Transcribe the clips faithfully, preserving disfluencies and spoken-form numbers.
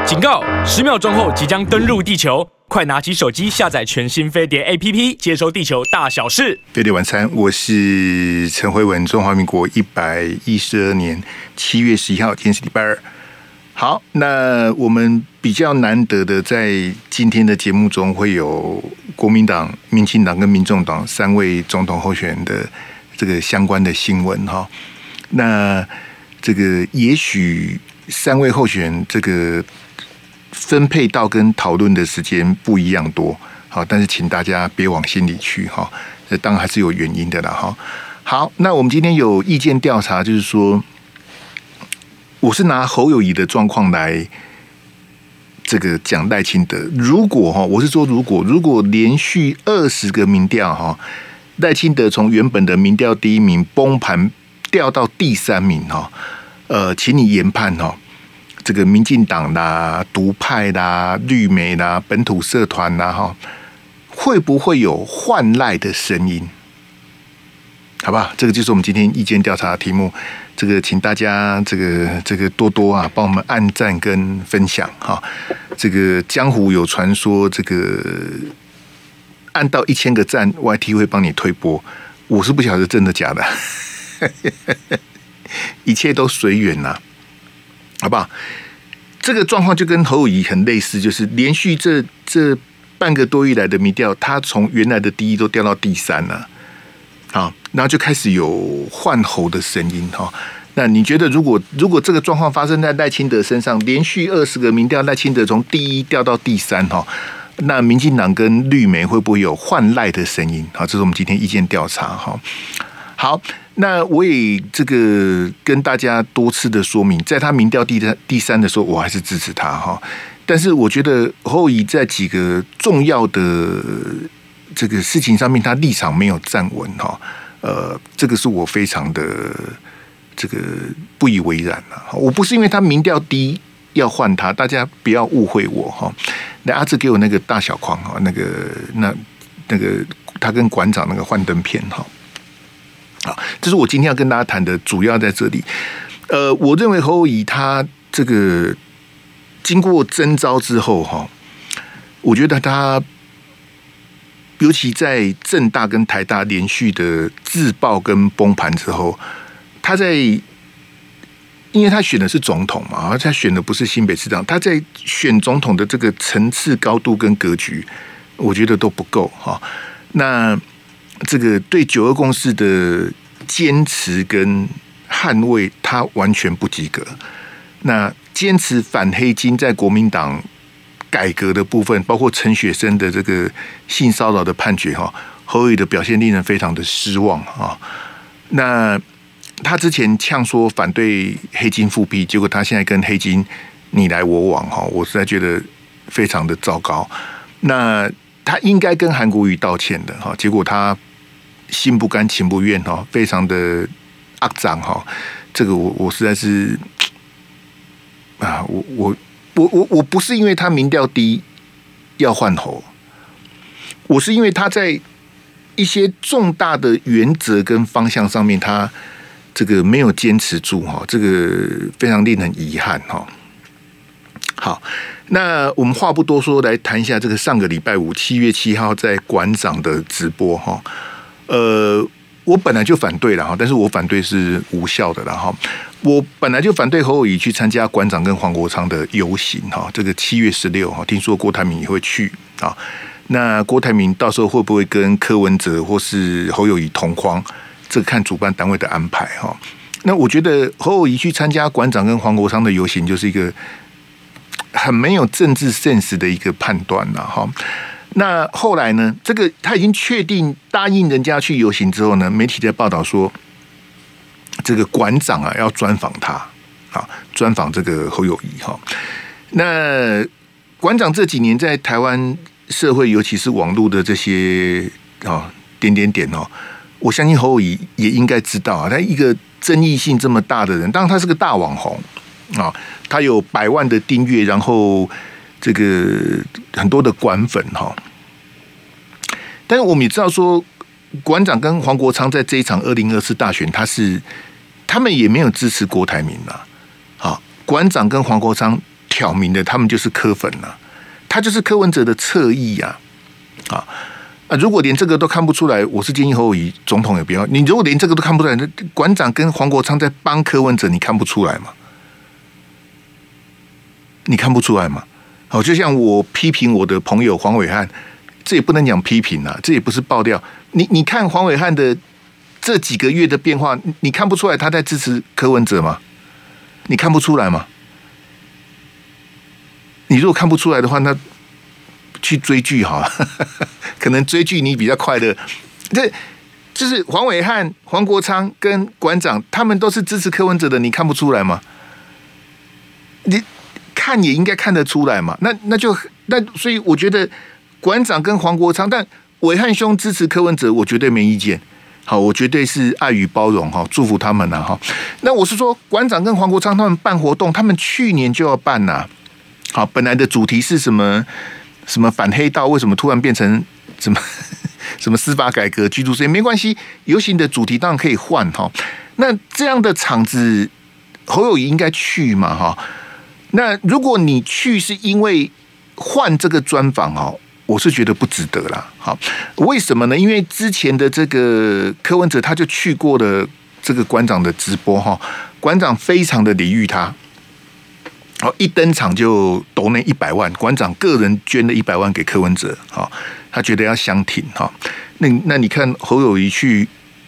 警告！十秒钟后即将登陆地球，快拿起手机下载全新飞碟 A P P， 接收地球大小事。 飞碟晚餐，我是陈辉文，中华民国一百一十二年七月十一号，今天是礼拜二。好，那我们比较难得的，在今天的节目中会有国民党、民进党跟民众党三位总统候选人的这个相关的新闻哈。那这个也许三位候选人这个分配到跟讨论的时间不一样多，好，但是请大家别往心里去哈，这当然还是有原因的啦哈。好，那我们今天有意见调查，就是说，我是拿侯友宜的状况来这个讲赖清德。如果哈，我是说如果如果连续二十个民调哈，赖清德从原本的民调第一名崩盘掉到第三名哈，呃，请你研判哈。这个民进党啦、独派啦、绿媒啦、本土社团啦，哈，会不会有换赖的声音？好吧，这个就是我们今天意见调查的题目。这个请大家这个这个多多啊，帮我们按赞跟分享哈。这个江湖有传说，这个按到一千个赞 ，Y T 会帮你推播。我是不晓得真的假的，一切都随缘呐。好不好？这个状况就跟侯友宜很类似，就是连续这这半个多月来的民调，他从原来的第一都掉到第三了，啊，然后就开始有换侯的声音哈。那你觉得，如果如果这个状况发生在赖清德身上，连续二十个民调，赖清德从第一掉到第三哈，那民进党跟绿媒会不会有换赖的声音？好，这是我们今天意见调查哈。好。那我也这个跟大家多次的说明，在他民调第三第三的时候，我还是支持他哈。但是我觉得侯友宜在几个重要的这个事情上面，他立场没有站稳哈。呃，这个是我非常的这个不以为然了。我不是因为他民调低要换他，大家不要误会我哈。那阿志给我那个大小框哈，那个那那个他跟馆长那个幻灯片哈。好，这是我今天要跟大家谈的主要在这里。呃，我认为侯友宜他这个经过征召之后哈，我觉得他尤其在政大跟台大连续的自爆跟崩盘之后，他在因为他选的是总统嘛，他选的不是新北市长，他在选总统的这个层次高度跟格局，我觉得都不够哈。那这个对九二共识的坚持跟捍卫，他完全不及格。那坚持反黑金，在国民党改革的部分，包括陈雪生的这个性骚扰的判决哈，侯友宜的表现令人非常的失望啊。那他之前呛说反对黑金复辟，结果他现在跟黑金你来我往哈，我实在觉得非常的糟糕。那他应该跟韩国瑜道歉的哈，结果他心不甘情不愿哈，非常的肮脏哈。这个我我实在是啊，我我我我我不是因为他民调低要换侯，我是因为他在一些重大的原则跟方向上面，他这个没有坚持住哈，这个非常令人遗憾哈。好，那我们话不多说，来谈一下这个上个礼拜五七月七号在馆长的直播哈。呃，我本来就反对了哈，但是我反对是无效的了哈。我本来就反对侯友宜去参加馆长跟黄国昌的游行哈，这个七月十六哈，听说郭台铭也会去啊。那郭台铭到时候会不会跟柯文哲或是侯友宜同框？这个看主办单位的安排哈。那我觉得侯友宜去参加馆长跟黄国昌的游行，就是一个很没有政治 sense 的一个判断了哈。那后来呢？这个他已经确定答应人家去游行之后呢，媒体在报道说，这个馆长啊要专访他啊，专访这个侯友宜哈。那馆长这几年在台湾社会，尤其是网络的这些啊点点点哦，我相信侯友宜也应该知道啊，他一个争议性这么大的人，当然他是个大网红啊，他有百万的订阅，然后这个很多的馆粉哈。但是我们也知道说，馆长跟黄国昌在这一场二零二四大选，他是他们也没有支持郭台铭啦。啊，馆长跟黄国昌挑明的，他们就是柯粉啊，他就是柯文哲的侧翼啊，啊啊！如果连这个都看不出来，我是建议侯友宜总统也不要。你如果连这个都看不出来，那馆长跟黄国昌在帮柯文哲，你看不出来吗？你看不出来吗？好，就像我批评我的朋友黄伟汉，这也不能讲批评啊，这也不是爆料。你你看黄伟汉的这几个月的变化，你看不出来他在支持柯文哲吗？你看不出来吗？你如果看不出来的话，那去追剧好了，可能追剧你比较快乐。这就是黄伟汉、黄国昌跟馆长，他们都是支持柯文哲的，你看不出来吗？你看也应该看得出来嘛。那那就那所以我觉得馆长跟黄国昌，但伟汉兄支持柯文哲，我绝对没意见。好，我绝对是爱与包容哈，祝福他们呐哈。那我是说，馆长跟黄国昌他们办活动，他们去年就要办呐。好，本来的主题是什么？什么反黑道？为什么突然变成什么什么司法改革、居住税？没关系，游行的主题当然可以换哈。那这样的场子，侯友宜应该去嘛哈？那如果你去是因为换这个专访哦，我是觉得不值得啦。好，为什么呢？因为之前的这个柯文哲他就去过了这个馆长的直播哈，馆长非常的礼遇他。好，一登场就抖内一百万，馆长个人捐了一百万给柯文哲，好，他觉得要相挺哈。那那你看侯友宜去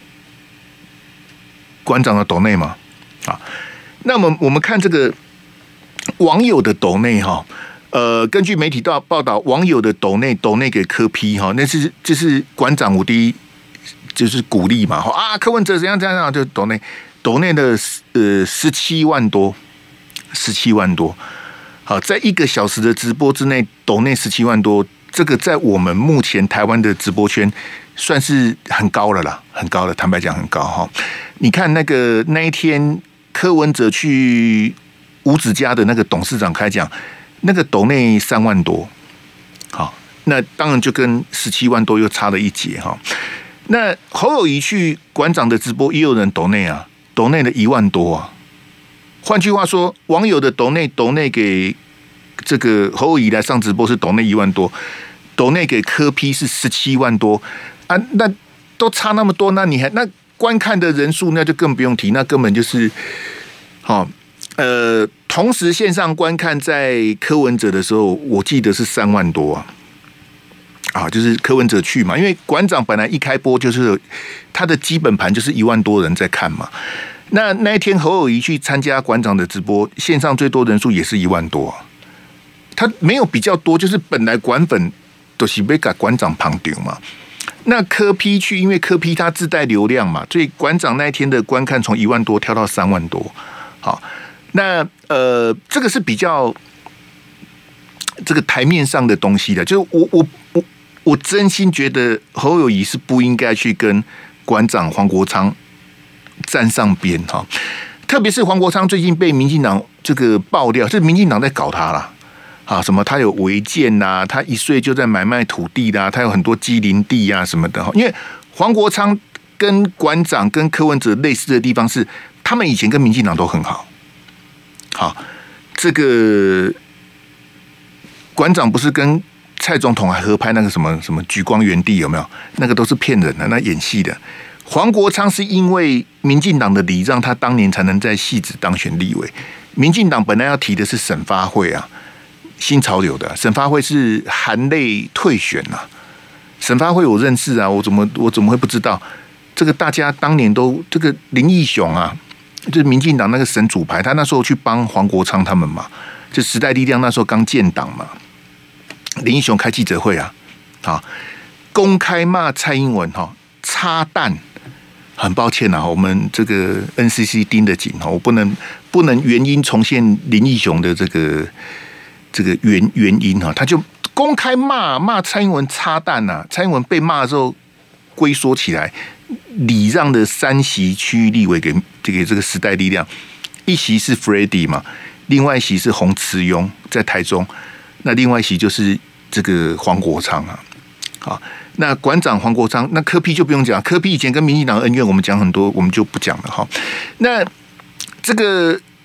馆长的抖内嘛，啊，那么我们看这个网友的抖内哈，呃，根据媒体报报道，网友的抖内抖内给柯 P 哈，那是就是馆长我第一就是鼓励嘛，啊，柯文哲怎样怎样就抖内抖内的呃十七万多。十七万多，好，在一个小时的直播之内，抖内十七万多，这个在我们目前台湾的直播圈算是很高了啦，很高了。坦白讲，很高哈。你看那个那一天柯文哲去吴子嘉的那个董事长开讲，那个抖内三万多，好，那当然就跟十七万多又差了一截哈。那侯友宜去馆长的直播，也有人抖内啊，抖内了一万多啊。换句话说，网友的抖内抖内给这个侯友宜来上直播是抖内一万多，抖内给柯 P 是十七万多啊，那都差那么多，那你还那观看的人数那就更不用提，那根本就是好、哦、呃，同时线上观看在柯文哲的时候，我记得是三万多啊，啊，就是柯文哲去嘛，因为馆长本来一开播就是他的基本盘就是一万多人在看嘛。那那一天侯友宜去参加馆长的直播，线上最多人数也是一万多、啊，他没有比较多，就是本来馆粉都是被给馆长旁丢嘛。那柯 P 去，因为柯 P 他自带流量嘛，所以馆长那一天的观看从一万多跳到三万多。好，那呃，这个是比较这个台面上的东西的，就是我我我我真心觉得侯友宜是不应该去跟馆长黄国昌站上边哈，特别是黄国昌最近被民进党这个爆料，是民进党在搞他啦，啊，什么他有违建呐，他一岁就在买卖土地啦，他有很多机林地啊什么的哈。因为黄国昌跟馆长跟柯文哲类似的地方是，他们以前跟民进党都很好，好，这个馆长不是跟蔡总统还合拍那个什么什么举光原地有没有？那个都是骗人的，那演戏的。黄国昌是因为民进党的礼让，他当年才能在汐止当选立委。民进党本来要提的是沈发会啊，新潮流的沈发会是含泪退选啊。沈发会我认识啊，我怎么我怎么会不知道？这个大家当年都这个林义雄啊，就是民进党那个神主牌，他那时候去帮黄国昌他们嘛，就时代力量那时候刚建党嘛。林义雄开记者会啊，啊，公开骂蔡英文哈，插蛋。很抱歉啊，我们这个 N C C 盯得紧，我不能不能原因重现林义雄的这个这个原原因哈，他就公开骂骂蔡英文插蛋啊，蔡英文被骂的时候龟缩起来，礼让的三席区域立委给给这个时代力量，一席是 Freddy 嘛，另外一席是洪慈庸在台中，那另外一席就是这个黄国昌啊，好。那馆长黄国昌，那柯 P 就不用讲，柯 P 以前跟民进党恩怨，我们讲很多，我们就不讲了哈。那这个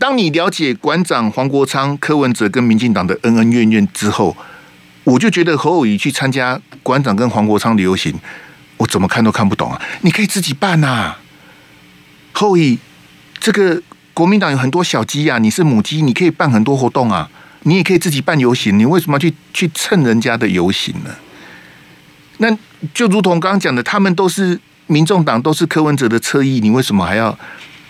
当你了解馆长黄国昌、柯文哲跟民进党的恩恩怨怨之后，我就觉得侯友宜去参加馆长跟黄国昌的游行，我怎么看都看不懂啊！你可以自己办啊，侯友宜，这个国民党有很多小鸡啊，你是母鸡，你可以办很多活动啊，你也可以自己办游行，你为什么要去去蹭人家的游行呢？那就如同刚刚讲的，他们都是民众党，都是柯文哲的侧翼，你为什么还要？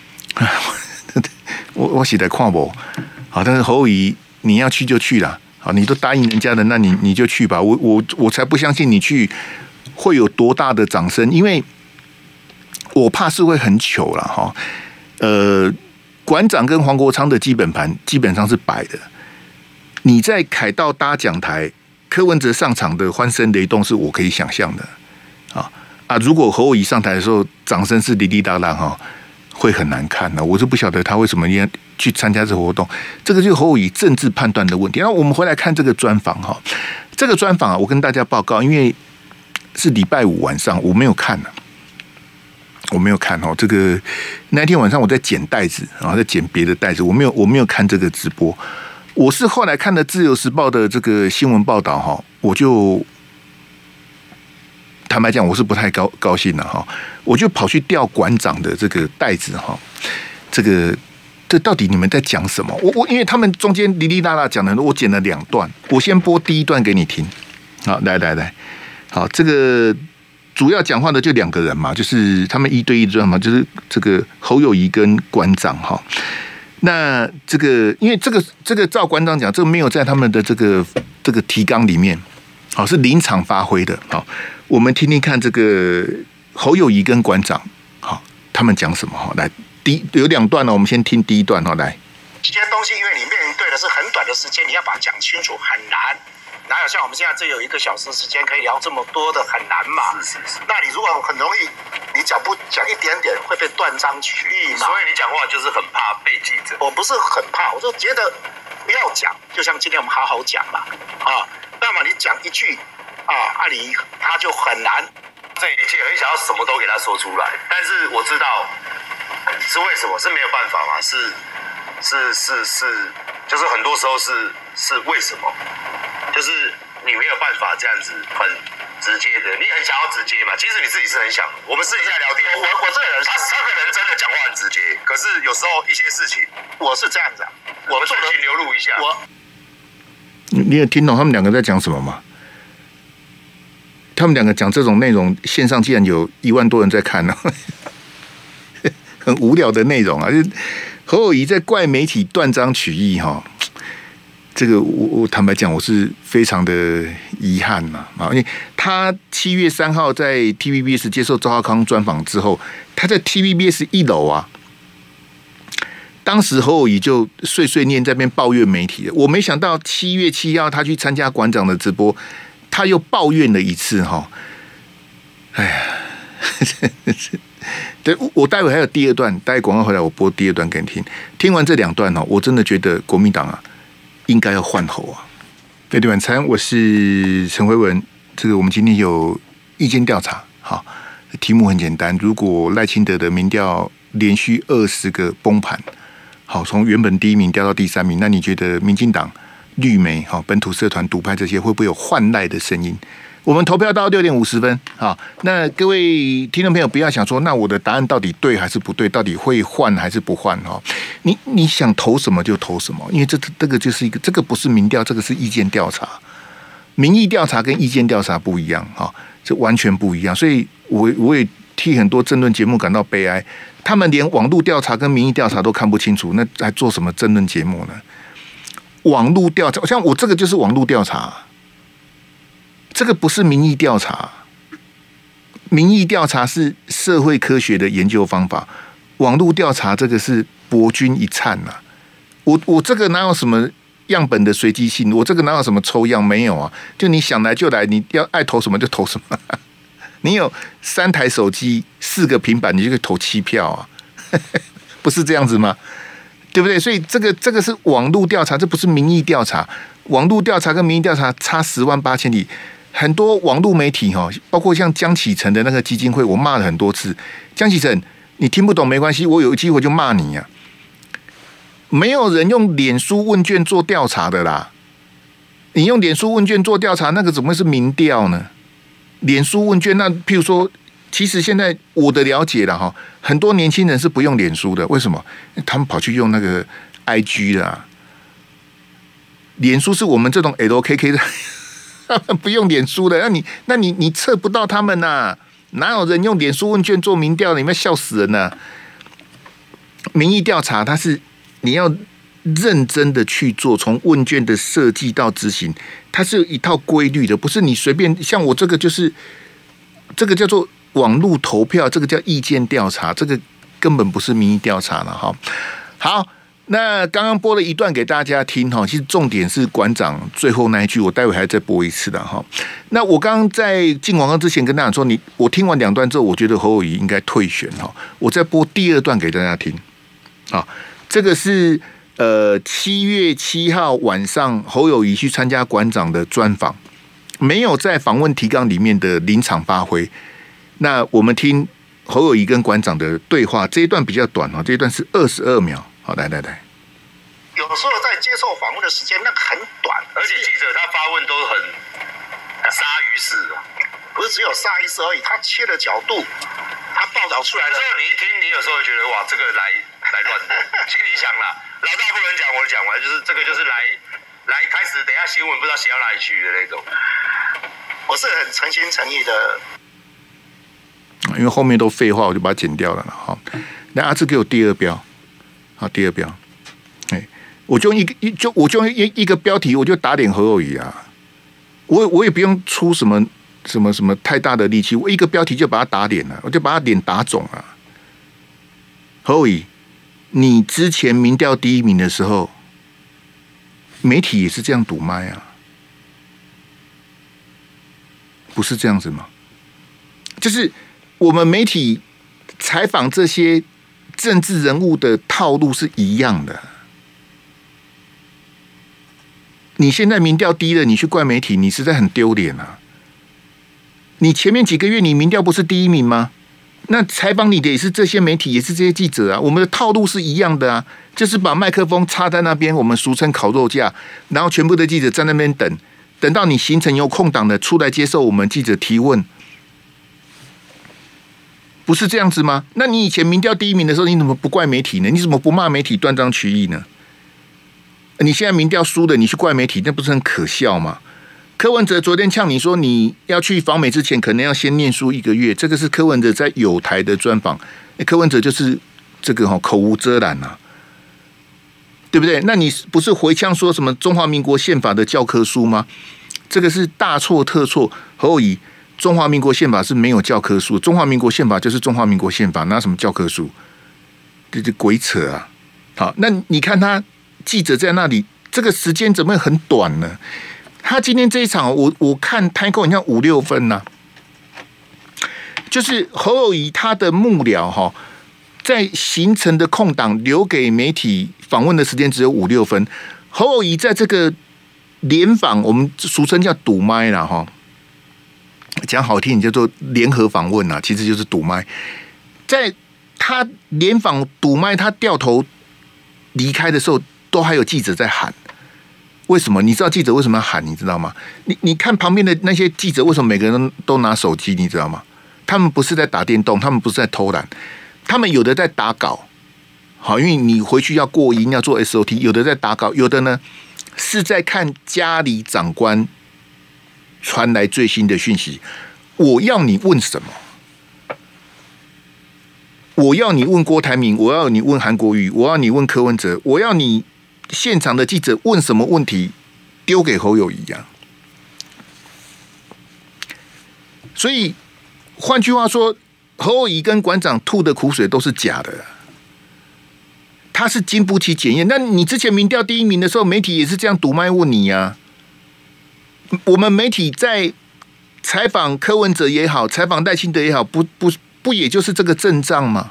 我我写在看不好，但是侯友宜你要去就去啦，好，你都答应人家的，那你你就去吧。我我我才不相信你去会有多大的掌声，因为我怕是会很糗啦哈。呃，馆长跟黄国昌的基本盘基本上是摆的，你在凯道搭讲台。柯文哲上场的欢声雷动是我可以想象的，啊啊！如果侯友宜上台的时候掌声是滴滴答答哈，会很难看的。我就不晓得他为什么要去参加这个活动，这个就是侯友宜政治判断的问题。然后我们回来看这个专访哈，这个专访啊，我跟大家报告，因为是礼拜五晚上，我没有看呢、啊，我没有看哦。这个那天晚上我在剪带子，然后在剪别的带子，我没有我没有看这个直播。我是后来看了《自由时报》的这个新闻报道哈，我就坦白讲，我是不太高高兴的哈，我就跑去调馆长的这个袋子哈，这个这到底你们在讲什么？我我因为他们中间哩哩啦啦讲的很多，我剪了两段，我先播第一段给你听。好，来来来，好，这个主要讲话的就两个人嘛，就是他们一对一的嘛，就是这个侯友宜跟馆长哈。那这个，因为这个这个照馆长讲，这个没有在他们的这个这个提纲里面，好，是临场发挥的。好，我们听听看这个侯友宜跟馆长，好，他们讲什么？哈，来，第有两段呢，我们先听第一段哈，来。 这些东西因为你面对的是很短的时间，你要把它讲清楚很难。哪有像我们现在只有一个小时时间可以聊这么多的，很难嘛？是是是。那你如果很容易，你讲不讲一点点会被断章取义嘛？所以你讲话就是很怕被记者。我不是很怕，我就觉得不要讲，就像今天我们好好讲嘛，啊，那么你讲一句啊，阿里他就很难。这一切很想要什么都给他说出来，但是我知道是为什么，是没有办法嘛？是是是是，就是很多时候是是为什么？就是你没有办法这样子很直接的，你很想要直接嘛？其实你自己是很想。我们私底下聊天，我我这个人，他他可能真的讲话很直接，可是有时候一些事情，我是这样子、啊，我们做的流露一下。我， 你有听懂他们两个在讲什么吗？他们两个讲这种内容，线上竟然有一万多人在看呢、啊，很无聊的内容啊！就侯友宜在怪媒体断章取义哈。这个我我坦白讲，我是非常的遗憾嘛啊，因为他七月三号在 T V B S 接受赵少康专访之后，他在 T V B S 一楼啊，当时侯友宜就碎碎念在那边抱怨媒体，我没想到七月七号他去参加馆长的直播，他又抱怨了一次哈，哎呀，对，我待会还有第二段，待会广告回来我播第二段给你听，听完这两段哦，我真的觉得国民党啊。应该要换候啊！对对，晚餐，我是陈辉文。这个我们今天有意见调查，好，题目很简单。如果赖清德的民调连续二十个崩盘，好，从原本第一名掉到第三名，那你觉得民进党、绿媒、好本土社团、独派这些会不会有换赖的声音？我们投票到六点五十分，好，那各位听众朋友不要想说，那我的答案到底对还是不对？到底会换还是不换？哈，你你想投什么就投什么，因为这这个就是一个，这个不是民调，这个是意见调查。民意调查跟意见调查不一样，哈，这完全不一样。所以我我也替很多政论节目感到悲哀，他们连网络调查跟民意调查都看不清楚，那还做什么政论节目呢？网络调查，像我这个就是网络调查。这个不是民意调查，民意调查是社会科学的研究方法，网络调查这个是博君一粲呐、啊。我我这个哪有什么样本的随机性？我这个哪有什么抽样？没有啊，就你想来就来，你要爱投什么就投什么。你有三台手机、四个平板，你就可以投七票啊，不是这样子吗？对不对？所以这个这个是网络调查，这不是民意调查。网络调查跟民意调查差十万八千里。很多网络媒体哈，包括像江启臣的那个基金会，我骂了很多次。江启臣，你听不懂没关系，我有机会就骂你呀、啊。 没有人用脸书问卷做调查的啦。你用脸书问卷做调查，那个怎么会是民调呢？脸书问卷，那譬如说，其实现在我的了解了哈，很多年轻人是不用脸书的，为什么？他们跑去用那个 I G 的啊。脸书是我们这种 L K K 的，他们不用脸书的，那你那你你测不到他们呐、啊？哪有人用脸书问卷做民调？你们笑死人呐、啊！民意调查，它是你要认真的去做，从问卷的设计到执行，它是有一套规律的，不是你随便。像我这个就是这个叫做网络投票，这个叫意见调查，这个根本不是民意调查了哈。好，那刚刚播了一段给大家听哈，其实重点是馆长最后那一句，我待会还再播一次的哈。那我刚刚在进广告之前跟大家说，你我听完两段之后，我觉得侯友宜应该退选哈，我再播第二段给大家听。啊，这个是呃七月七号晚上侯友宜去参加馆长的专访，没有在访问提纲里面的临场发挥。那我们听侯友宜跟馆长的对话，这一段比较短哦，这一段是二十二秒。好，来来来， 有时候在接受访问的时间那个很短， 而且记者他发问都很鲨鱼式啊， 不是只有鲨鱼式而已，他切的角度，他报道出来的时候，你一听，你有时候会觉得哇，这个来来乱的，心里想啦，老大不能讲，我讲完就是这个就是来来开始，等一下新闻不知道写到哪里去的那种。 我是很诚心诚意的， 因为后面都废话，我就把它剪掉了哈。那阿志给我第二标，好，第二标，哎，我就一个一就我就一一个标题，我就打脸侯友宜啊，我我也不用出什么什么什么太大的力气，我一个标题就把他打脸了，我就把他脸打肿了。侯友宜，你之前民调第一名的时候，媒体也是这样堵麦啊，不是这样子吗？就是我们媒体采访这些政治人物的套路是一样的。你现在民调低了，你去怪媒体，你实在很丢脸啊！你前面几个月你民调不是第一名吗？那采访你的也是这些媒体，也是这些记者啊。我们的套路是一样的啊，就是把麦克风插在那边，我们俗称烤肉架，然后全部的记者在那边等，等到你行程有空档的出来接受我们记者提问。不是这样子吗？那你以前民调第一名的时候，你怎么不怪媒体呢？你怎么不骂媒体断章取义呢？你现在民调输了，你去怪媒体，那不是很可笑吗？柯文哲昨天呛你说，你要去访美之前，可能要先念书一个月。这个是柯文哲在友台的专访，柯文哲就是这个口无遮拦啊，对不对？那你不是回呛说什么中华民国宪法的教科书吗？这个是大错特错。侯友宜，中华民国宪法是没有教科书，中华民国宪法就是中华民国宪法，哪什么教科书？这就鬼扯啊！好，那你看他记者在那里，这个时间怎么会很短呢？他今天这一场，我我看台扣，你看五六分呐、啊，就是侯友宜他的幕僚哈，在行程的空档留给媒体访问的时间只有五六分，侯友宜在这个联访，我们俗称叫堵麦啦哈。讲好听，叫做联合访问啊，其实就是堵麦。在他联访堵麦，他掉头离开的时候，都还有记者在喊。为什么？你知道记者为什么要喊？你知道吗？你你看旁边的那些记者，为什么每个人都拿手机？你知道吗？他们不是在打电动，他们不是在偷懒，他们有的在打稿。好，因为你回去要过音，要做 S O T， 有的在打稿，有的呢是在看家里长官传来最新的讯息。我要你问什么？我要你问郭台铭，我要你问韩国瑜，我要你问柯文哲，我要你现场的记者问什么问题，丢给侯友宜啊。所以换句话说，侯友宜跟馆长吐的苦水都是假的，他是经不起检验。那你之前民调第一名的时候，媒体也是这样堵麦问你啊。我们媒体在采访柯文哲也好，采访赖清德也好，不不不，也就是这个阵仗吗？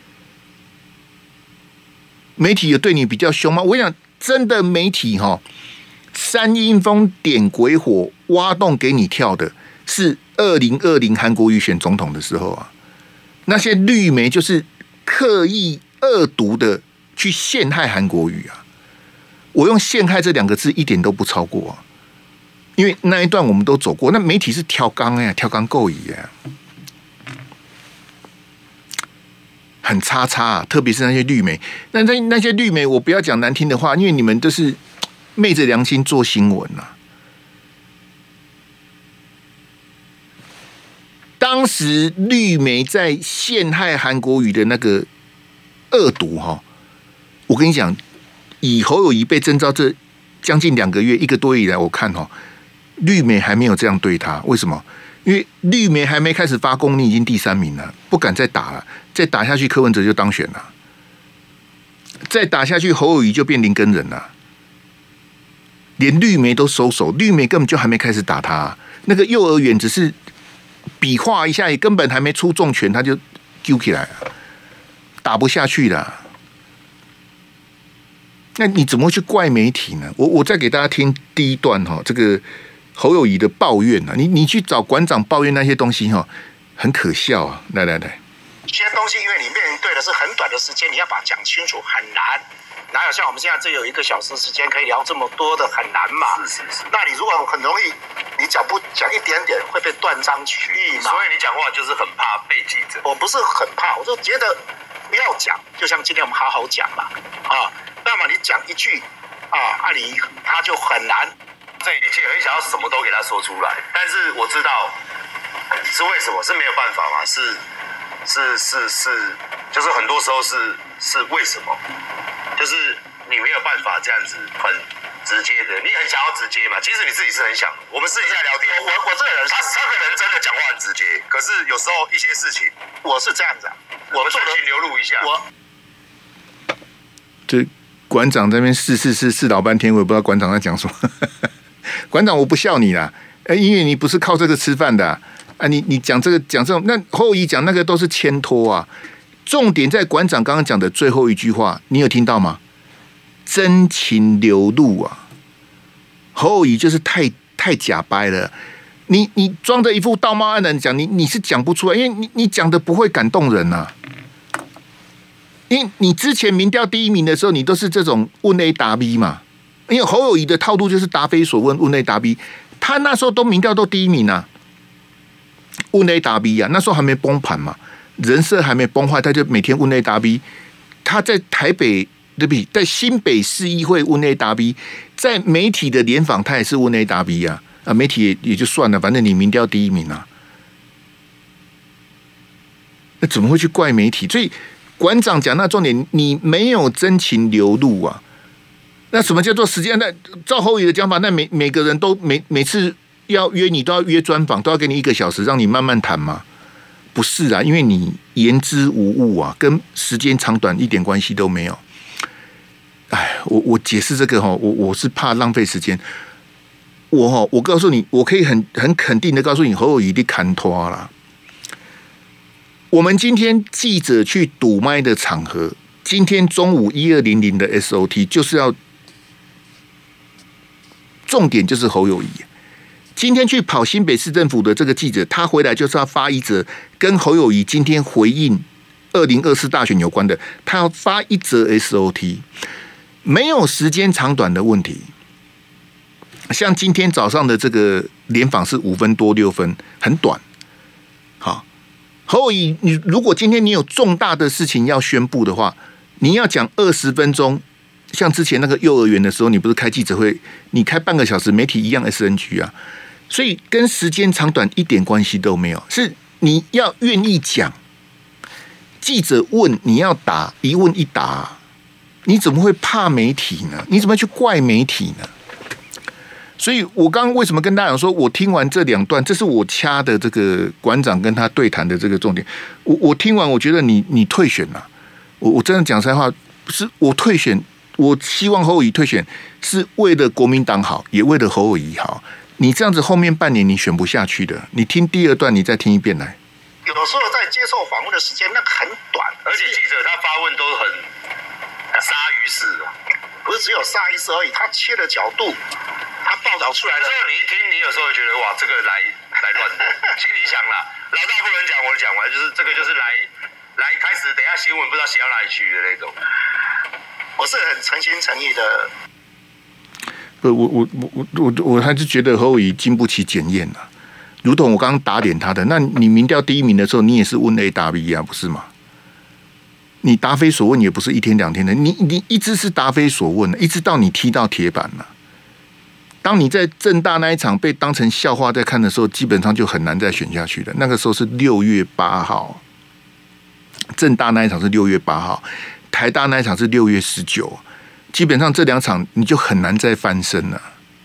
媒体有对你比较凶吗？我想，真的媒体哈，三阴风点鬼火，挖洞给你跳的，是二零二零韩国瑜选总统的时候啊。那些绿媒就是刻意恶毒的去陷害韩国瑜啊。我用陷害这两个字一点都不超过啊，因为那一段我们都走过。那媒体是挑缸哎，挑缸够矣哎，很叉叉啊，特别是那些绿媒。那那那些绿媒，我不要讲难听的话，因为你们都是昧着良心做新闻啊。当时绿媒在陷害韩国瑜的那个恶毒哈，我跟你讲，以侯友宜被征召这将近两个月、一个多月以来，我看哈，绿媒还没有这样对他。为什么？因为绿媒还没开始发功，你已经第三名了，不敢再打了，再打下去，柯文哲就当选了，再打下去，侯友宜就变林根人了，连绿媒都收手，绿媒根本就还没开始打他，那个幼儿园只是比划一下，也根本还没出重拳，他就揪起来了，打不下去了。那你怎么会去怪媒体呢？我我再给大家听第一段哈，这个侯友宜的抱怨啊，你你去找馆长抱怨那些东西哈，很可笑啊！来来来， 这些东西因为你面对的是很短的时间，你要把它讲清楚很难。哪有像我们现在这有一个小时时间可以聊这么多的，很难嘛？是是是。那你如果很容易，你讲不讲一点点会被断章取义嘛？ 所以你讲话就是很怕被记者。 我不是很怕，我就觉得不要讲，就像今天我们好好讲嘛，啊，那么你讲一句啊，啊你他就很难。 这一切很想要什么都给他说出来，但是我知道是为什么，是没有办法嘛？是是是是，就是很多时候是是为什么？就是你没有办法这样子很直接的，你很想要直接嘛？其实你自己是很想，我们私底下聊天， 我我这个人他他可能真的讲话很直接，可是有时候一些事情， 我是这样子、啊，我做的流露一下， 我这馆长这边是是是是老半天，我也不知道馆长在讲什么。馆长，我不笑你啦，因为你不是靠这个吃饭的啊！啊你你讲这个讲这种，那侯友宜讲那个都是牵拖啊。重点在馆长刚刚讲的最后一句话，你有听到吗？真情流露啊！侯友宜就是太太假掰了，你你装着一副道貌岸然讲，你你是讲不出来，因为你你讲的不会感动人啊。因为你之前民调第一名的时候，你都是这种问 A 答 B 嘛。因为侯友宜的套路就是答非所问，问 A 答 B， 他那时候都民调都第一名啊，问 A 答 B 啊，那时候还没崩盘嘛，人设还没崩坏，他就每天问 A 答 B。他在台北对不对？在新北市议会问 A 答 B， 在媒体的联访他也是问 A 答 B 啊，啊，媒体 也, 也就算了，反正你民调第一名啊，那怎么会去怪媒体？所以馆长讲那重点，你没有真情流露啊。那什么叫做时间？那照侯友宜的讲法，那每每个人都每每次要约你都要约专访，都要给你一个小时，让你慢慢谈吗？不是啊，因为你言之无物啊，跟时间长短一点关系都没有。哎，我我解释这个哈，我我是怕浪费时间。我哈，我告诉你，我可以很很肯定的告诉你，侯友宜的砍拖啦。我们今天记者去堵麦的场合，今天中午一二零零的 S O T 就是要。重点就是侯友宜，今天去跑新北市政府的这个记者，他回来就是要发一则跟侯友宜今天回应二零二四大选有关的，他要发一则 S O T， 没有时间长短的问题。像今天早上的这个联访是五分多六分，很短。好，侯友宜，你如果今天你有重大的事情要宣布的话，你要讲二十分钟。像之前那个幼儿园的时候，你不是开记者会，你开半个小时，媒体一样 S N G 啊，所以跟时间长短一点关系都没有，是你要愿意讲。记者问你要答，一问一答，你怎么会怕媒体呢？你怎么去怪媒体呢？所以我刚刚为什么跟大家讲说，我听完这两段，这是我掐的这个馆长跟他对谈的这个重点。我我听完，我觉得你你退选了，我我真的讲实在话，是我退选。我希望侯友宜退选是为了国民党好，也为了侯友宜好。你这样子后面半年你选不下去的。你听第二段，你再听一遍来。 有时候在接受访问的时间那个很短， 而且记者他发问都很鲨鱼式啊， 不是只有鲨鱼式而已，他切的角度，他报道出来的。 所以你一听，你有时候会觉得哇，这个来来乱的。心里想啦，老大不能讲，我讲完就是这个就是来来开始，等一下新闻不知道写到哪里去的那种。 我是很诚心诚意的。 不，我我我我我还是觉得侯友宜经不起检验啊。如同我刚刚打脸他的，那你民调第一名的时候，你也是问 A 答 B 啊，不是吗？你答非所问也不是一天两天的，你你一直是答非所问，一直到你踢到铁板了。当你在政大那一场被当成笑话在看的时候，基本上就很难再选下去了。那个时候是六月八号，政大那一场是六月八号，台大那一场是六月十九，基本上这两场你就很难再翻身了。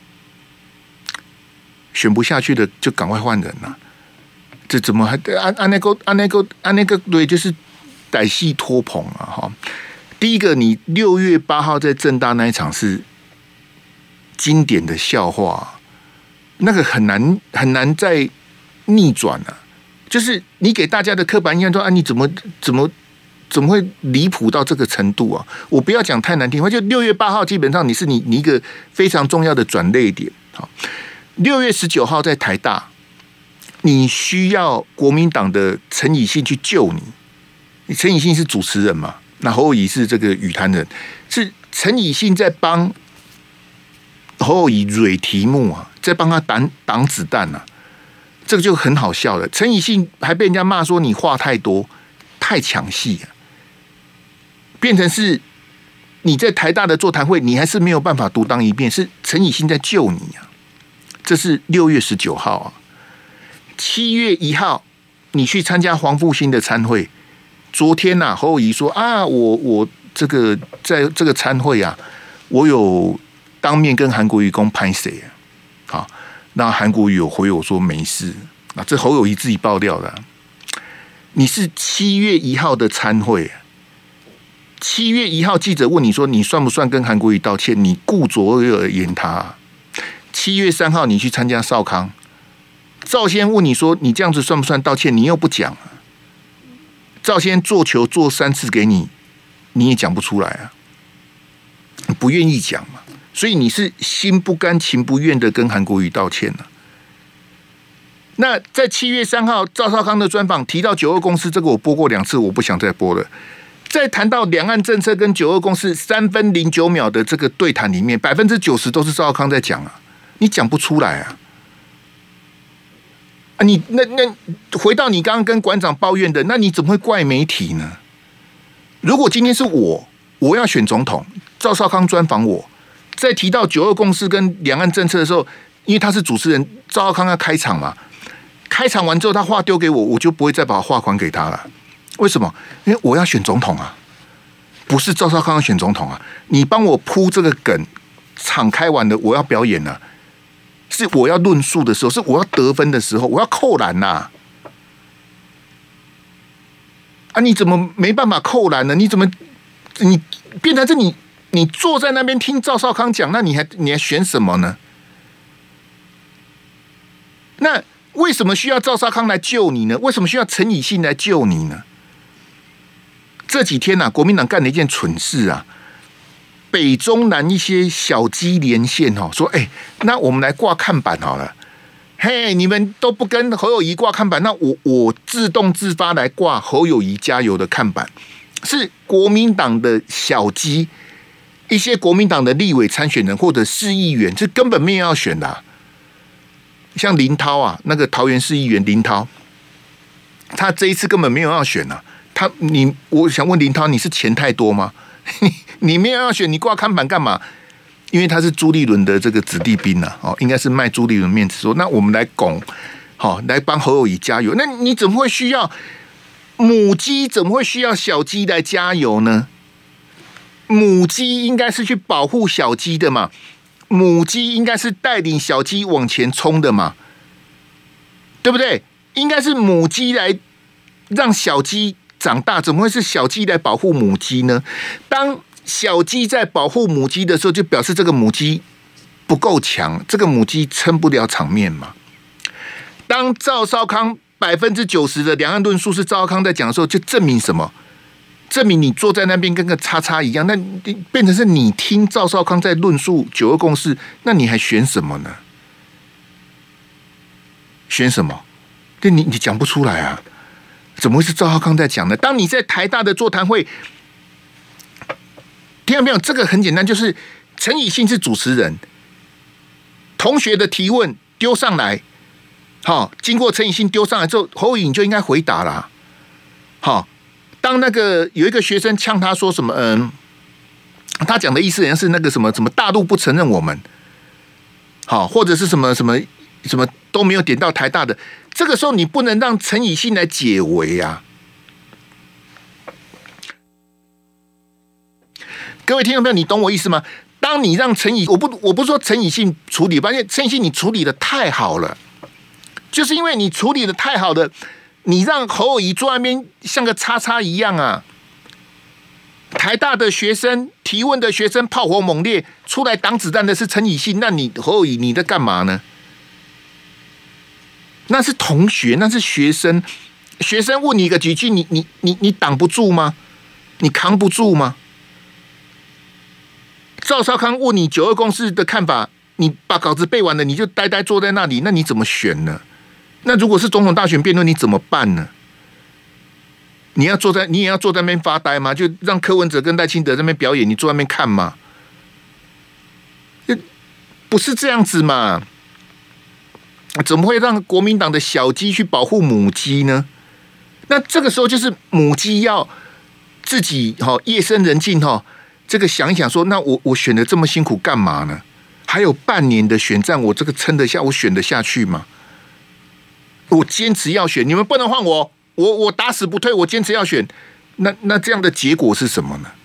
选不下去的就赶快换人了，这怎么还按按那个按那个按那个对，就是歹戏拖棚啊！哈，第一个，你六月八号在政大那一场是经典的笑话，那个很难很难再逆转啊！就是你给大家的刻板印象说啊，你怎么怎么怎么会离谱到这个程度啊？我不要讲太难听话，就六月八号基本上你是你你一个非常重要的转捩点。好。六月十九号在台大，你需要国民党的陈以信去救你。陈以信是主持人嘛？那侯友宜是这个语坛人，是陈以信在帮侯友宜蕊题目啊，在帮他挡挡子弹啊，这个就很好笑了。陈以信还被人家骂说你话太多，太抢戏啊，变成是你在台大的座谈会，你还是没有办法独当一面，是陈以信在救你啊。这是六月十九号啊，七月一号你去参加黄复兴的参会。昨天呐、啊，侯友宜说啊，我我这个在这个参会啊，我有当面跟韩国瑜公拍谁啊？好，那韩国瑜有回我说没事啊，这侯友宜自己爆料的、啊。你是七月一号的参会，七月一号记者问你说你算不算跟韩国瑜道歉？你顾左右而言他、啊。七月三号，你去参加少康，赵先问你说：“你这样子算不算道歉？”你又不讲、啊。赵先做球做三次给你，你也讲不出来啊，不愿意讲嘛。所以你是心不甘情不愿的跟韩国瑜道歉啊。那在七月三号，赵少康的专访提到九二共识，这个我播过两次，我不想再播了。在谈到两岸政策跟九二共识三分零九秒的这个对谈里面，百分之九十都是赵少康在讲啊。你讲不出来啊！啊，你那那回到你刚刚跟馆长抱怨的，那你怎么会怪媒体呢？如果今天是我，我要选总统，赵少康专访我，在提到九二共识跟两岸政策的时候，因为他是主持人，赵少康要开场嘛，开场完之后他话丢给我，我就不会再把话还给他了。为什么？因为我要选总统啊，不是赵少康要选总统啊！你帮我铺这个梗，场开完了，我要表演了。是我要论述的时候，是我要得分的时候，我要扣篮呐、啊！啊，你怎么没办法扣篮呢？你怎么你变成是你你坐在那边听赵少康讲，那你还你还选什么呢？那为什么需要赵少康来救你呢？为什么需要陈以信来救你呢？这几天啊，国民党干了一件蠢事啊！北中南一些小鸡连线哦，说哎、欸，那我们来挂看板好了。嘿，你们都不跟侯友宜挂看板，那我我自动自发来挂侯友宜加油的看板。是国民党的小鸡，一些国民党的立委参选人或者市议员，这根本没有要选的、啊。像林涛啊，那个桃园市议员林涛，他这一次根本没有要选啊。他你，我想问林涛，你是钱太多吗？你没有要选，你挂看板干嘛？因为他是朱立伦的这个子弟兵啊，哦，应该是卖朱立伦面子说，那我们来拱，好、哦，来帮侯友宜加油。那你怎么会需要母鸡？怎么会需要小鸡来加油呢？母鸡应该是去保护小鸡的嘛，母鸡应该是带领小鸡往前冲的嘛，对不对？应该是母鸡来让小鸡长大，怎么会是小鸡来保护母鸡呢？当小鸡在保护母鸡的时候，就表示这个母鸡不够强，这个母鸡撑不了场面嘛。当赵少康百分之九十的两岸论述是赵少康在讲的时候，就证明什么？证明你坐在那边跟个叉叉一样，那变成是你听赵少康在论述九二共识，那你还选什么呢？选什么？对，你你讲不出来啊！怎么会是赵少康在讲呢？当你在台大的座谈会， 听到没有？这个很简单，就是陈以信是主持人，同学的提问丢上来，好，经过陈以信丢上来之后，侯友宜就应该回答啦。好，当那个有一个学生呛他说什么，嗯，他讲的意思好像是那个什么什么大陆不承认我们，好，或者是什么什么什么都没有点到台大的，这个时候你不能让陈以信来解围啊。各位听众朋友，你懂我意思吗？当你让陈以，我不我不是说陈以信处理，发现陈以信你处理的太好了，就是因为你处理的太好了，你让侯友宜坐那边像个叉叉一样啊。台大的学生提问的学生炮火猛烈，出来挡子弹的是陈以信，那你侯友宜你在干嘛呢？那是同学，那是学生，学生问你一个几句，你你你你挡不住吗？你扛不住吗？赵少康问你九二共识的看法，你把稿子背完了，你就呆呆坐在那里，那你怎么选呢？那如果是总统大选辩论，你怎么办呢？你要坐在，你也要坐在那边发呆吗？就让柯文哲跟赖清德在那边表演，你坐在那边看吗？不是这样子嘛？怎么会让国民党的小鸡去保护母鸡呢？那这个时候就是母鸡要自己哈夜深人静哈。这个想一想说，那我我选的这么辛苦干嘛呢？还有半年的选战，我这个撑得下，我选得下去吗？我坚持要选，你们不能换我，我我打死不退，我坚持要选。那那这样的结果是什么呢？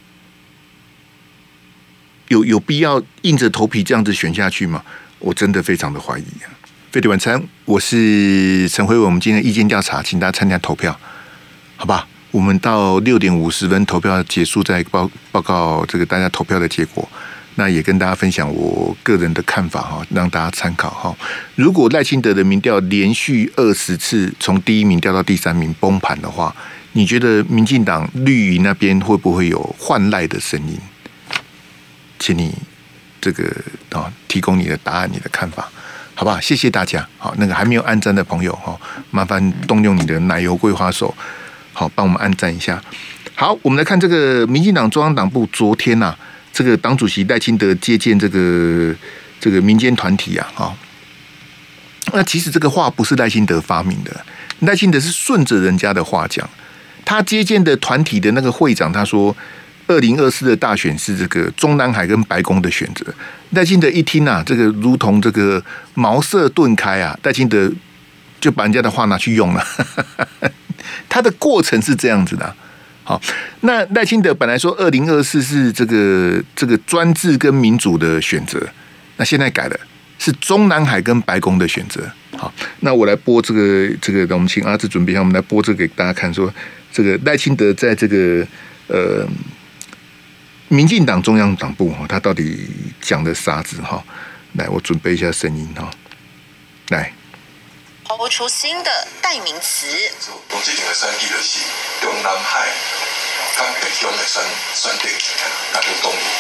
有有必要硬着头皮这样子选下去吗？我真的非常的怀疑啊！飞碟晚餐，我是陈辉文，我们今天意见调查，请大家参加投票，好吧？我们到六点五十分投票结束，再报报告这个大家投票的结果。那也跟大家分享我个人的看法哈，让大家参考哈。如果赖清德的民调连续二十次从第一名掉到第三名崩盘的话，你觉得民进党绿营那边会不会有换赖的声音？请你这个啊提供你的答案，你的看法，好不好？谢谢大家。好，那个还没有按赞的朋友哈，麻烦动用你的奶油桂花手。好，帮我们按赞一下。好，我们来看这个民进党中央党部昨天呐、啊，这个党主席赖清德接见这个这个民间团体啊，哈。那其实这个话不是赖清德发明的，赖清德是顺着人家的话讲。他接见的团体的那个会长，他说，二零二四的大选是这个中南海跟白宫的选择。赖清德一听啊，这个如同这个茅塞顿开啊，赖清德就把人家的话拿去用了。他的过程是这样子的、啊，好，那赖清德本来说二零二四是这个这个专制跟民主的选择，那现在改了，是中南海跟白宫的选择。好，那我来播这个这个，我们请阿志准备一下，我们来播这个给大家看，说这个赖清德在这个呃民进党中央党部哈，他到底讲的啥子哈？来，我准备一下声音哈，来。 抛出新的代名词。 我这整个选举就是中南海、跟北中的选选择，那就动力。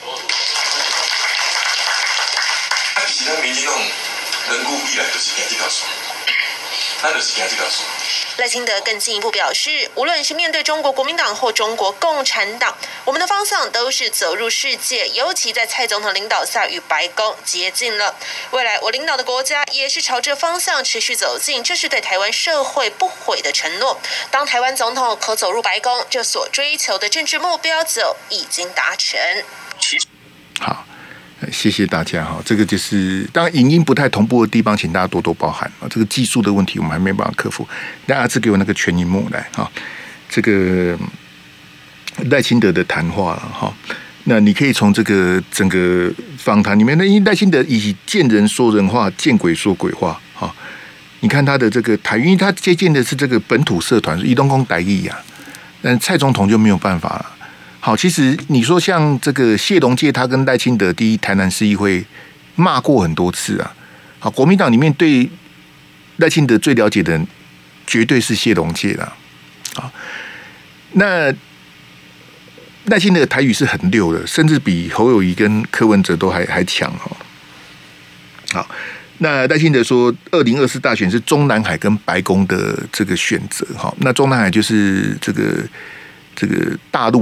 啊，其实咱民进党人古以来就是行这条线，咱就是行这条线。 赖清德更进一步表示，无论是面对中国国民党或中国共产党，我们的方向都是走入世界，尤其在蔡总统领导下与白宫接近了。未来我领导的国家也是朝这方向持续走近，这是对台湾社会不悔的承诺。当台湾总统可走入白宫，这所追求的政治目标就已经达成。 好。谢谢大家哈，这个就是当然影音不太同步的地方，请大家多多包涵啊。这个技术的问题我们还没办法克服，大家只给我那个全荧幕来哈。这个赖清德的谈话了哈，那你可以从这个整个访谈里面，那因为赖清德以见人说人话，见鬼说鬼话哈。你看他的这个台，因为他接见的是这个本土社团，宜东公台语呀，但蔡总统就没有办法了。好，其实你说像这个谢龙介，他跟赖清德第一台南市议会骂过很多次啊。好，国民党里面对赖清德最了解的人，绝对是谢龙介啦。好，那赖清德的台语是很溜的，甚至比侯友宜跟柯文哲都还还强哦。好，那赖清德说，二零二四大选是中南海跟白宫的这个选择。好，那中南海就是这个这个大陆啊。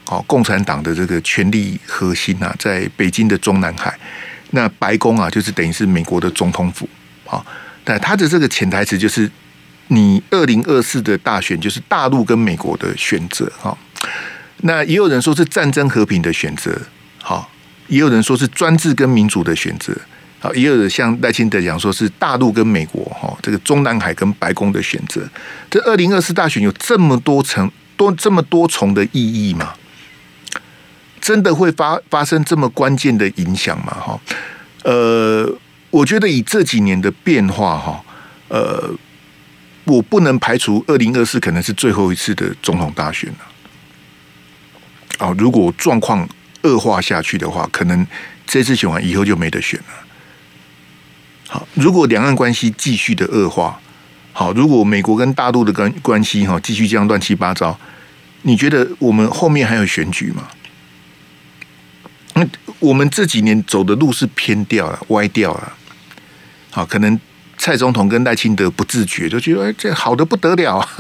哦，共产党的这个权力核心啊，在北京的中南海。那白宫啊，就是等于是美国的总统府。好，但他的这个潜台词就是，你二零二四的大选就是大陆跟美国的选择。哈，那也有人说是战争和平的选择。好，也有人说是专制跟民主的选择。好，也有人像赖清德讲说是大陆跟美国哈，这个中南海跟白宫的选择。这二零二四大选有这么多层多这么多重的意义吗？真的会发发生这么关键的影响吗？哈，呃，我觉得以这几年的变化哈，呃，我不能排除二零二四可能是最后一次的总统大选了。啊，如果状况恶化下去的话，可能这次选完以后就没得选了。好，如果两岸关系继续的恶化，好，如果美国跟大陆的关关系哈继续这样乱七八糟，你觉得我们后面还有选举吗？那我们这几年走的路是偏掉了、歪掉了。好，可能蔡总统跟赖清德不自觉就觉得，哎，这好的不得了啊！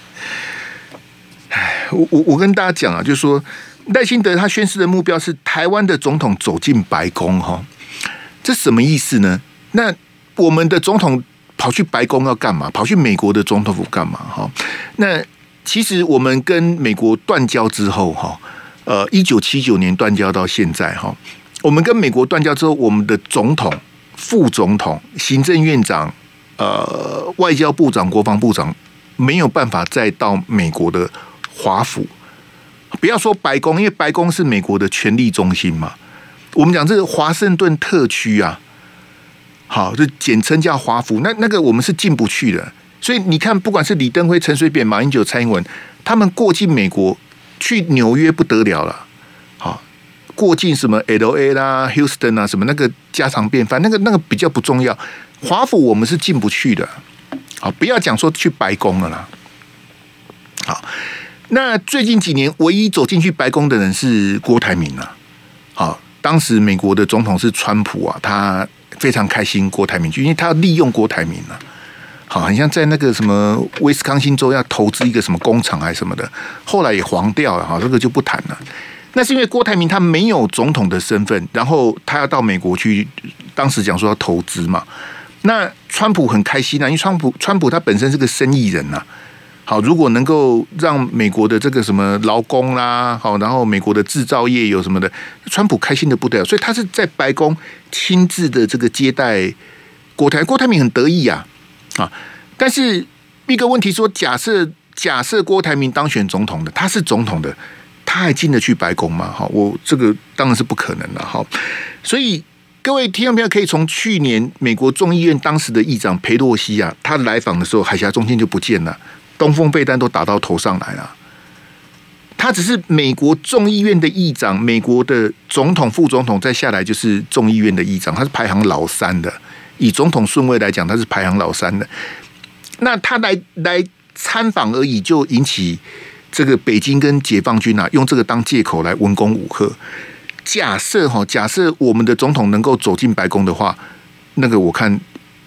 哎，我我我跟大家讲啊，就是说赖清德他宣示的目标是台湾的总统走进白宫哈，这什么意思呢？那我们的总统跑去白宫要干嘛？跑去美国的总统府干嘛？哈，那其实我们跟美国断交之后哈，呃，一九七九年断交到现在哈，我们跟美国断交之后，我们的总统、副总统、行政院长、呃，外交部长、国防部长没有办法再到美国的华府，不要说白宫，因为白宫是美国的权力中心嘛。我们讲这个华盛顿特区啊。好，就简称叫华府，那那个我们是进不去的。所以你看，不管是李登辉、陈水扁、马英九、蔡英文，他们过境美国，去纽约不得了了。好，过境什么 L A 啦、Houston 啊，什么那个家常便饭，那个那个比较不重要。华府我们是进不去的。好，不要讲说去白宫了啦。好，那最近几年唯一走进去白宫的人是郭台铭啊。好，当时美国的总统是川普啊，他非常开心郭台铭去，因为他要利用郭台铭啊。好，很像在那个什么威斯康星州要投资一个什么工厂还是什么的，后来也黄掉了，哈，这个就不谈了。那是因为郭台铭他没有总统的身份，然后他要到美国去，当时讲说要投资嘛。那川普很开心啊，因为川普川普他本身是个生意人呐、啊。好，如果能够让美国的这个什么劳工啦，好，然后美国的制造业有什么的，川普开心的不得了，所以他是在白宫亲自的这个接待郭台，郭台铭很得意啊，啊，但是一个问题说，假设假设郭台铭当选总统的，他是总统的，他还进得去白宫吗？好，我这个当然是不可能了，好，所以各位听众朋友可以从去年美国众议院当时的议长裴洛西啊，他来访的时候，海峡中线就不见了。东风飞弹都打到头上来了，他只是美国众议院的议长，美国的总统、副总统再下来就是众议院的议长，他是排行老三的。以总统顺位来讲，他是排行老三的。那他来来参访而已，就引起这个北京跟解放军啊，用这个当借口来文攻武吓。假设哈，假设我们的总统能够走进白宫的话，那个我看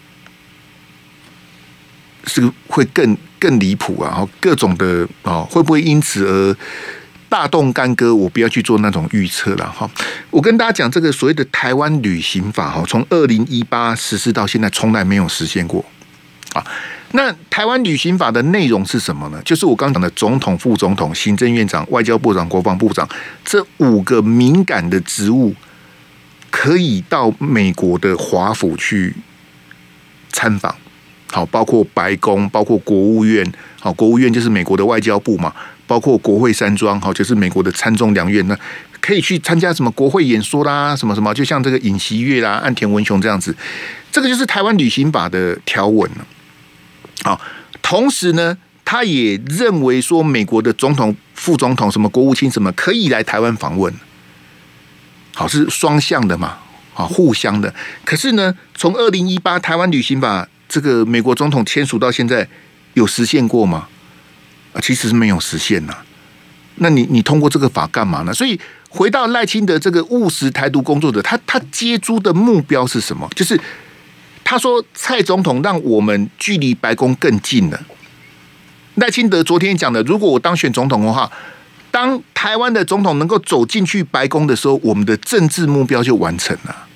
是会更。更离谱啊！各种的啊，会不会因此而大动干戈？我不要去做那种预测了哈。我跟大家讲，这个所谓的台湾旅行法哈，从二零一八实施到现在，从来没有实现过啊。那台湾旅行法的内容是什么呢？就是我刚讲的总统、副总统、行政院长、外交部长、国防部长这五个敏感的职务，可以到美国的华府去参访。好，包括白宫，包括国务院，好，国务院就是美国的外交部嘛，包括国会山庄，好，就是美国的参众两院呢，可以去参加什么国会演说啦，什么什么，就像这个尹锡悦啦、岸田文雄这样子，这个就是台湾旅行法的条文了。好，同时呢，他也认为说，美国的总统、副总统、什么国务卿什么可以来台湾访问，好，是双向的嘛，好，互相的。可是呢，从二零一八台湾旅行法。这个美国总统签署到现在有实现过吗？啊，其实是没有实现呐、啊。那你你通过这个法干嘛呢？所以回到赖清德这个务实台独工作者，他他接诸的目标是什么？就是他说蔡总统让我们距离白宫更近了。赖清德昨天讲的，如果我当选总统的话， 当台湾的总统能够走进去白宫的时候，我们的政治目标就完成了。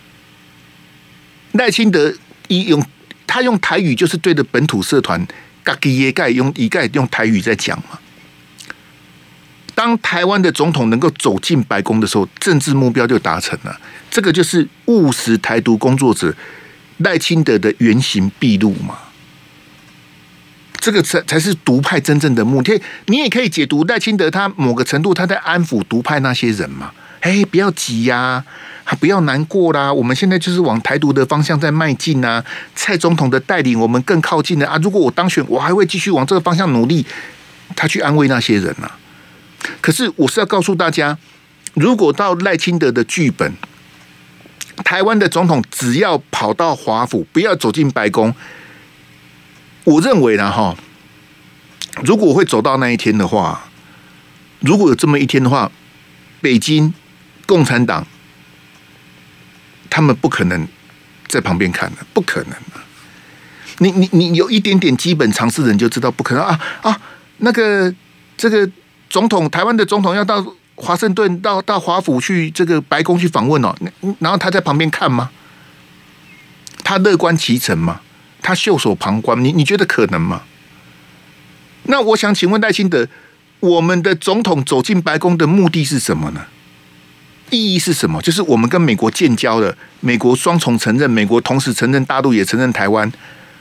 赖清德一用他用台语，就是对着本土社团，自己也盖用一概用台语在讲嘛。当台湾的总统能够走进白宫的时候，政治目标就达成了。这个就是务实台独工作者赖清德的原形毕露嘛。这个才才是独派真正的目的。你也可以解读赖清德他某个程度他在安抚独派那些人嘛。哎，不要急呀、啊，不要难过啦。我们现在就是往台独的方向在迈进啊。蔡总统的带领，我们更靠近了啊。如果我当选，我还会继续往这个方向努力。他去安慰那些人啊。可是我是要告诉大家，如果到赖清德的剧本，台湾的总统只要跑到华府，不要走进白宫，我认为啦哈，如果会走到那一天的话，如果有这么一天的话，北京共产党他们不可能在旁边看的，不可能的。你你你有一点点基本常识的人就知道不可能啊啊！那个这个总统，台湾的总统要到华盛顿到到华府去这个白宫去访问哦，然后他在旁边看吗？他乐观其成吗？他袖手旁观？你你觉得可能吗？那我想请问赖清德，我们的总统走进白宫的目的是什么呢？意义是什么？就是我们跟美国建交了，美国双重承认，美国同时承认大陆也承认台湾，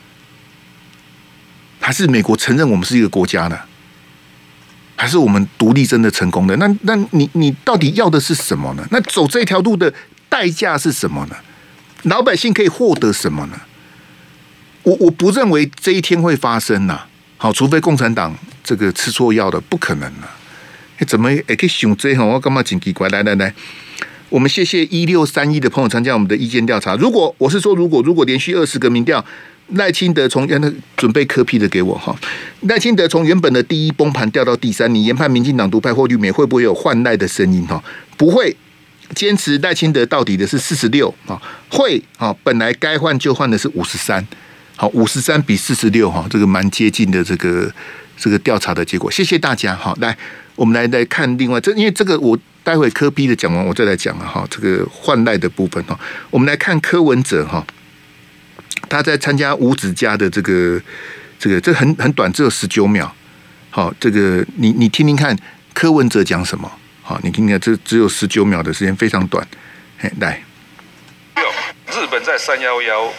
还是美国承认我们是一个国家呢？还是我们独立真的成功的？那那你你到底要的是什么呢？那走这条路的代价是什么呢？老百姓可以获得什么呢？我我不认为这一天会发生呐、啊。好，除非共产党这个吃错药的，不可能啊！怎么也可以想这哈？我干嘛真奇怪？来来来，我们谢谢一六三一的朋友参加我们的意见调查。如果我是说，如果如果连续二十个民调，赖清德从原来准备科批的给我哈，赖清德从原本的第一崩盘掉到第三，你研判民进党独派或绿媒会不会有换赖的声音哈？不会，坚持赖清德到底的是四十六啊，会啊，本来该换就换的是五十三。好，五十三比四十六哈，这个蛮接近的这个这个调查的结果。谢谢大家哈，来，我们来来看另外这，因为这个我待会柯 P 的讲完，我再来讲了哈，这个换赖的部分哈，我们来看柯文哲哈，他在参加五指家的这个这个这很很短，只有十九秒。好，这个你你听听看柯文哲讲什么？好，你听听看，这只有十九秒的时间，非常短。嘿，来， 六，日本在三幺幺。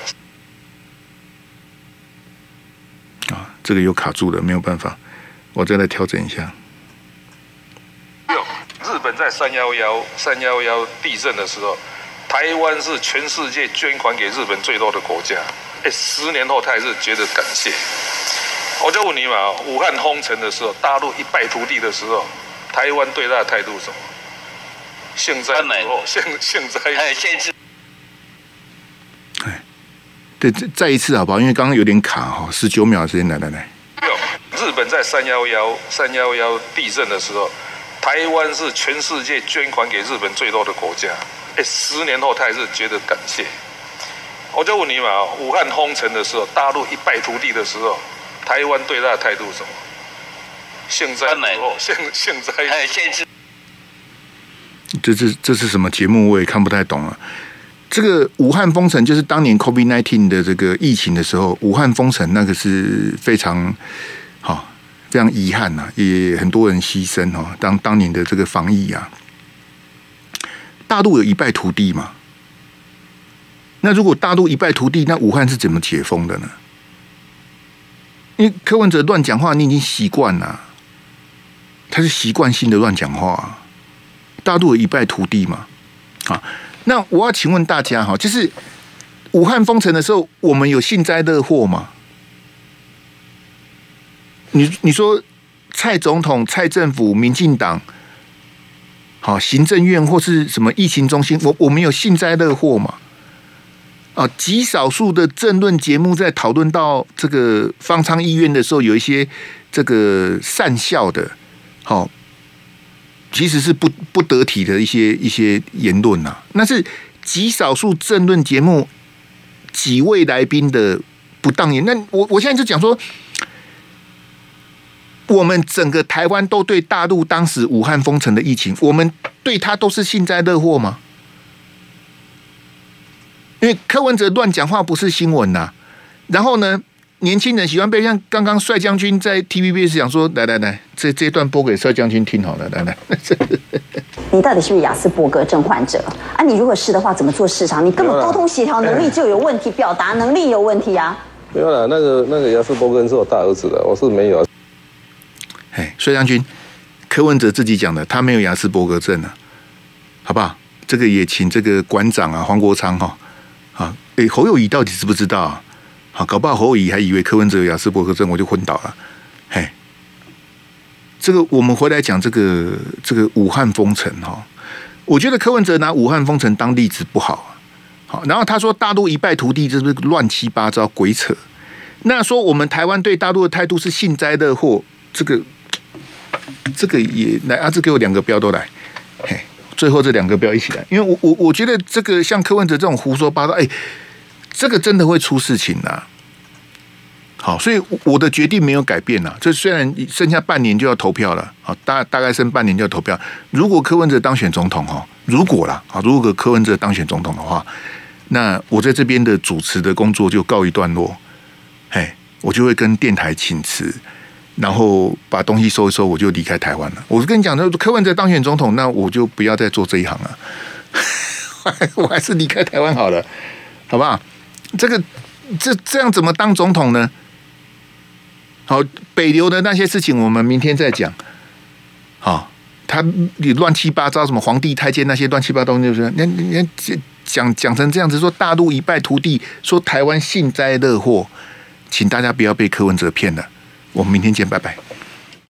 啊，这个又卡住了，没有办法，我再来调整一下。 六，日本在三幺幺三幺幺地震的时候，台湾是全世界捐款给日本最多的国家。哎，十年后他还是觉得感谢。我就问你嘛，武汉封城的时候，大陆一败涂地的时候，台湾对他的态度是什么？幸灾乐祸，幸幸灾。哎，现在。 对，再一次好不好？因为刚刚有点卡哈，十九秒的时间，来来来。 六，日本在三幺幺三幺幺地震的时候，台湾是全世界捐款给日本最多的国家。哎，十年后他还是觉得感谢。我就问你嘛，武汉封城的时候，大陆一败涂地的时候，台湾对他的态度是什么？幸灾乐祸，幸幸灾。哎，现在这是这是什么节目？我也看不太懂啊。这个武汉封城就是当年 COVID 十九 的这个疫情的时候，武汉封城那个是非常好、非常遗憾呐、啊，也很多人牺牲哦。当当年的这个防疫啊，大陆有一败涂地嘛？那如果大陆一败涂地，那武汉是怎么解封的呢？因为柯文哲乱讲话，你已经习惯了，他是习惯性的乱讲话、啊。大陆有一败涂地嘛？啊？那我要请问大家哈，就是武汉封城的时候，我们有幸灾乐祸吗？你你说蔡总统、蔡政府、民进党，好，行政院或是什么疫情中心，我我们有幸灾乐祸吗？啊，极少数的政论节目在讨论到这个方舱医院的时候，有一些这个善笑的，好。其实是不不得体的一些一些言论呐、啊，那是极少数政论节目几位来宾的不当言。那我我现在就讲说， 我们整个台湾都对大陆当时武汉封城的疫情，我们对他都是幸灾乐祸吗？因为柯文哲乱讲话不是新闻呐、啊，然后呢，年轻人喜欢被像刚刚帅将军在 T V B S 讲说，来来来，这这段播给帅将军听好了，来来。 你到底是不是亚斯伯格症患者啊？你如果是的话，怎么做市场？你根本沟通协调能力就有问题，表达能力有问题啊。 没有啦，那个那个亚斯伯格是我大儿子的，我是没有。 哎，帅将军，柯文哲自己讲的，他没有亚斯伯格症啊，好不好？这个也请这个馆长啊，黄国昌哈、哦，啊，哎，侯友宜到底知不知道啊？好，搞不好侯友宜还以为柯文哲有亚斯伯格症，我就昏倒了。嘿，这个我们回来讲这个这个武汉封城哈、哦，我觉得柯文哲拿武汉封城当例子不好。好，然后他说大陆一败涂地，这是乱七八糟鬼扯。那说我们台湾对大陆的态度是幸灾乐祸，这个这个也来，阿志给我两个标都来，嘿，最后这两个标一起来，因为我我我觉得这个像柯文哲这种胡说八道，哎，这个真的会出事情啊。好，所以我的决定没有改变啊。这虽然剩下半年就要投票了，好，大大概剩半年就要投票。如果柯文哲当选总统哈，如果啦，好，如果柯文哲当选总统的话，那我在这边的主持的工作就告一段落，嘿，我就会跟电台请辞，然后把东西收一收，我就离开台湾了。我跟你讲，柯文哲当选总统，那我就不要再做这一行了，我还是离开台湾好了，好不好？这个这这样怎么当总统呢？好，北流的那些事情，我们明天再讲。好，他乱七八糟，什么皇帝太监那些乱七八糟，就是你你讲讲成这样子，说大陆一败涂地，说台湾幸灾乐祸，请大家不要被柯文哲骗了。我们明天见，拜拜。